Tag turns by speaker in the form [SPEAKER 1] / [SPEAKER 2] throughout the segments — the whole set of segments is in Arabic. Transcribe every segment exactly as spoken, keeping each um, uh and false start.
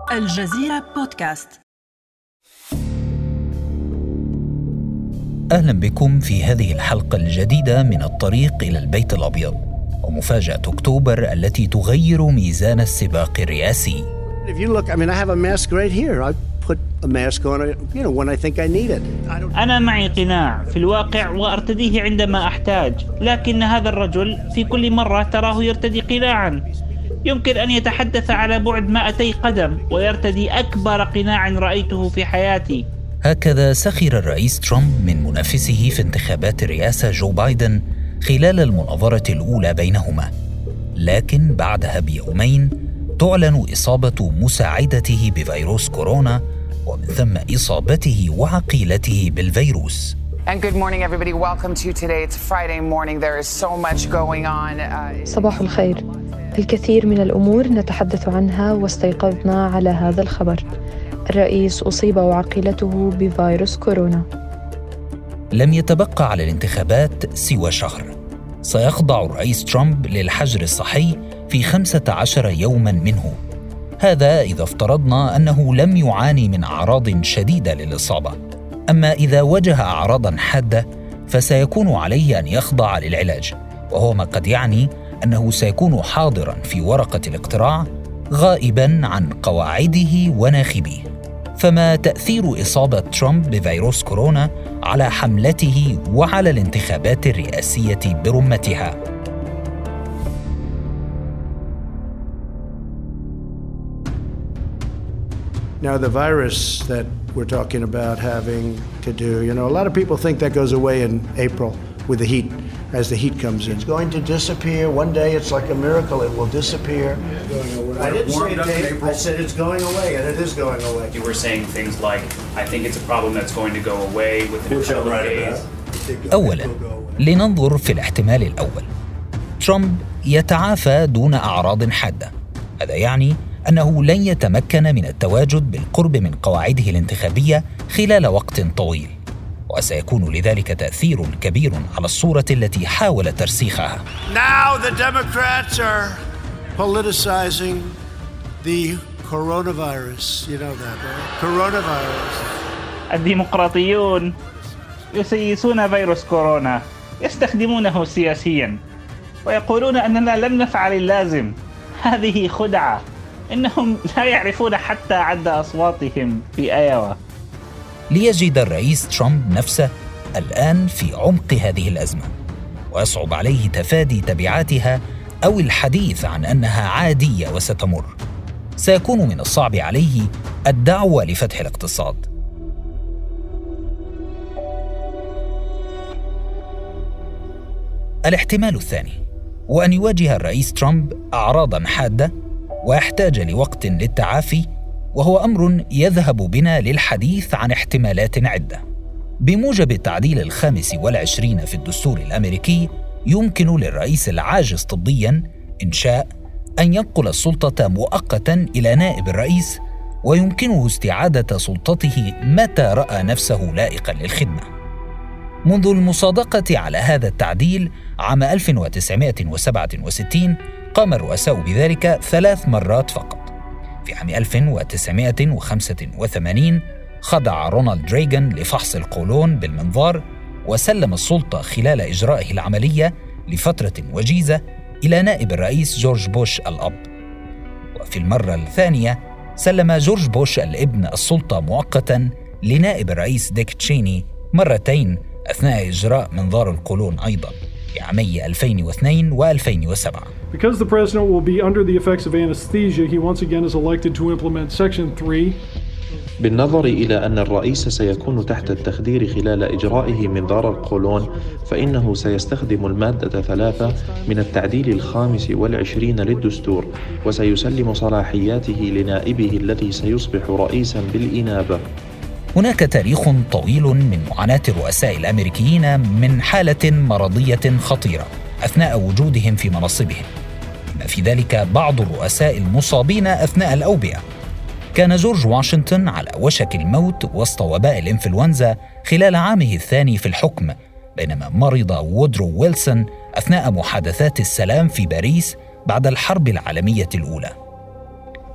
[SPEAKER 1] الجزيرة بودكاست.
[SPEAKER 2] أهلا بكم في هذه الحلقة الجديدة من الطريق إلى البيت الأبيض، ومفاجأة أكتوبر التي تغير ميزان السباق الرئاسي.
[SPEAKER 3] If you look, I mean, I have a mask right here. I put a mask on, you know, when I think I need it.
[SPEAKER 4] أنا معي قناع في الواقع وأرتديه عندما أحتاج، لكن هذا الرجل في كل مرة تراه يرتدي قناعاً. يمكن أن يتحدث على بعد مائتي قدم ويرتدي أكبر قناع رأيته في حياتي.
[SPEAKER 2] هكذا سخر الرئيس ترامب من منافسه في انتخابات الرئاسة جو بايدن خلال المناظرة الأولى بينهما، لكن بعدها بيومين تعلن إصابة مساعدته بفيروس كورونا، ومن ثم إصابته وعقيلته بالفيروس.
[SPEAKER 5] And good morning everybody. Welcome to today. It's Friday morning. There is so much going on. Uh,
[SPEAKER 6] صباح الخير. الكثير من الأمور نتحدث عنها واستيقظنا على هذا الخبر. الرئيس أصيب وعقيلته بفيروس كورونا.
[SPEAKER 2] لم يتبقى على الانتخابات سوى شهر. سيخضع الرئيس ترامب للحجر الصحي في خمسة عشر يوماً منه، هذا إذا افترضنا أنه لم يعاني من أعراض شديدة للإصابة. أما إذا واجه أعراضاً حادة فسيكون عليه أن يخضع للعلاج، وهو ما قد يعني أنه سيكون حاضراً في ورقة الاقتراع غائباً عن قواعده وناخبيه. فما تأثير إصابة ترامب بفيروس كورونا على حملته وعلى الانتخابات الرئاسية برمتها؟
[SPEAKER 3] Now, the virus that we're talking about having to do, you know, a lot of people think that goes away in April with the heat, as the heat comes in. It's going to disappear. One day it's like a miracle. It will disappear. I didn't say it, I said it's going away, and it is going away.
[SPEAKER 7] You were saying things like, I think it's a problem that's going to go away within a couple of days.
[SPEAKER 2] أولاً، لننظر في الاحتمال الأول. ترامب يتعافى دون أعراض حادة، هذا يعني أنه لن يتمكن من التواجد بالقرب من قواعده الانتخابية خلال وقت طويل، وسيكون لذلك تأثير كبير على الصورة التي حاول ترسيخها.
[SPEAKER 3] Now the Democrats are politicizing the coronavirus. You know that, right? Coronavirus.
[SPEAKER 4] الديمقراطيون يسيسون فيروس كورونا، يستخدمونه سياسياً ويقولون أننا لم نفعل اللازم. هذه خدعة. إنهم لا يعرفون حتى عد أصواتهم في أيوا.
[SPEAKER 2] ليجد الرئيس ترامب نفسه الآن في عمق هذه الأزمة، ويصعب عليه تفادي تبعاتها أو الحديث عن أنها عادية وستمر. سيكون من الصعب عليه الدعوة لفتح الاقتصاد. الاحتمال الثاني هو أن يواجه الرئيس ترامب أعراضاً حادة ويحتاج لوقت للتعافي، وهو أمر يذهب بنا للحديث عن احتمالات عدة. بموجب التعديل الخامس والعشرين في الدستور الأمريكي، يمكن للرئيس العاجز طبياً إن شاء أن ينقل السلطة مؤقتاً إلى نائب الرئيس، ويمكنه استعادة سلطته متى رأى نفسه لائقاً للخدمة. منذ المصادقة على هذا التعديل عام ألف وتسعمائة وسبعة وستين قام الرؤساء بذلك ثلاث مرات فقط. في عام ألف وتسعمائة وخمسة وثمانين خضع رونالد ريغان لفحص القولون بالمنظار، وسلم السلطة خلال إجرائه العملية لفترة وجيزة إلى نائب الرئيس جورج بوش الأب. وفي المرة الثانية سلم جورج بوش الابن السلطة مؤقتاً لنائب الرئيس ديك تشيني مرتين أثناء إجراء منظار القولون أيضاً في عامي ألفين واثنين وألفين وسبعة.
[SPEAKER 8] Because the president will be under the effects of anesthesia, he once again is elected to implement section three.
[SPEAKER 9] بالنظر إلى أن الرئيس سيكون تحت التخدير خلال إجرائه منظار القولون، فإنه سيستخدم المادة ثلاثة من التعديل الخامس والعشرين للدستور، وسيسلم صلاحياته لنائبه الذي سيصبح رئيساً بالإنابة.
[SPEAKER 2] هناك تاريخ طويل من معاناة الرؤساء الأمريكيين من حالة مرضية خطيرة أثناء وجودهم في مناصبهم، بما في ذلك بعض الرؤساء المصابين أثناء الأوبئة. كان جورج واشنطن على وشك الموت وسط وباء الإنفلونزا خلال عامه الثاني في الحكم، بينما مرض وودرو ويلسون أثناء محادثات السلام في باريس بعد الحرب العالمية الأولى.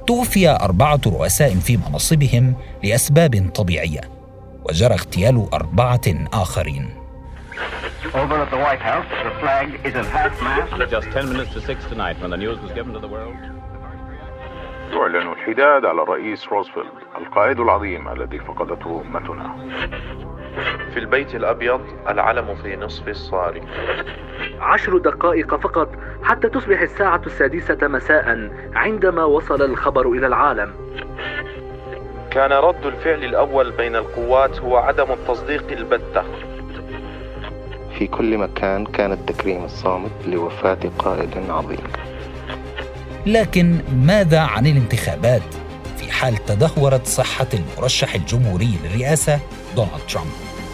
[SPEAKER 2] توفي أربعة رؤساء في مناصبهم لأسباب طبيعية، وجرى اغتيال أربعة آخرين.
[SPEAKER 10] Over at the White House, the flag is in half mast.
[SPEAKER 11] Just ten minutes to six tonight when the news was given to the world.
[SPEAKER 12] يعلن الحداد على الرئيس روزفلت القائد العظيم الذي فقدته أمتنا.
[SPEAKER 9] في البيت الأبيض العلم في نصف الصاري.
[SPEAKER 13] عشر دقائق فقط حتى تصبح الساعة السادسة مساء عندما وصل الخبر إلى العالم.
[SPEAKER 9] كان رد الفعل الأول بين القوات هو عدم التصديق البتة.
[SPEAKER 14] في كل مكان كان التكريم الصامت لوفاة قائد عظيم.
[SPEAKER 2] لكن ماذا عن الانتخابات في حال تدهورت صحة المرشح الجمهوري للرئاسة دونالد ترامب؟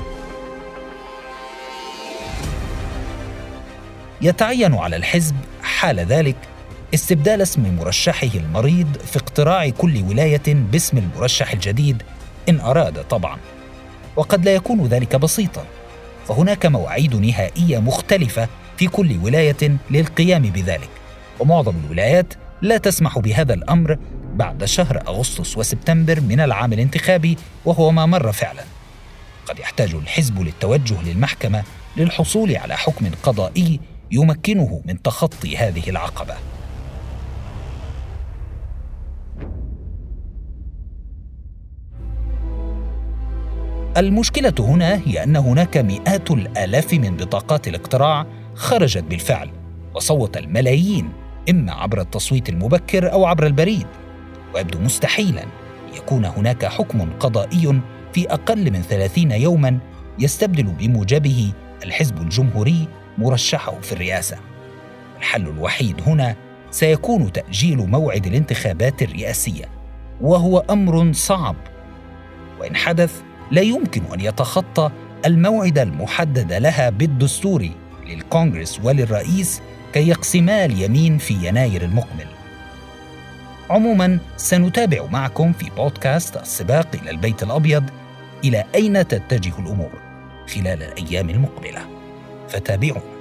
[SPEAKER 2] يتعين على الحزب حال ذلك استبدال اسم مرشحه المريض في اقتراع كل ولاية باسم المرشح الجديد إن أراد طبعاً، وقد لا يكون ذلك بسيطاً، فهناك مواعيد نهائية مختلفة في كل ولاية للقيام بذلك، ومعظم الولايات لا تسمح بهذا الأمر بعد شهر أغسطس وسبتمبر من العام الانتخابي، وهو ما مر فعلا. قد يحتاج الحزب للتوجه للمحكمة للحصول على حكم قضائي يمكنه من تخطي هذه العقبة. المشكلة هنا هي أن هناك مئات الآلاف من بطاقات الاقتراع خرجت بالفعل، وصوت الملايين إما عبر التصويت المبكر أو عبر البريد، ويبدو مستحيلاً يكون هناك حكم قضائي في أقل من ثلاثين يوماً يستبدل بموجبه الحزب الجمهوري مرشحه في الرئاسة. الحل الوحيد هنا سيكون تأجيل موعد الانتخابات الرئاسية، وهو أمر صعب، وإن حدث لا يمكن أن يتخطى الموعد المحدد لها بالدستور للكونغرس وللرئيس كي يقسما اليمين في يناير المقبل. عموماً سنتابع معكم في بودكاست السباق إلى البيت الأبيض إلى أين تتجه الأمور خلال الأيام المقبلة، فتابعونا.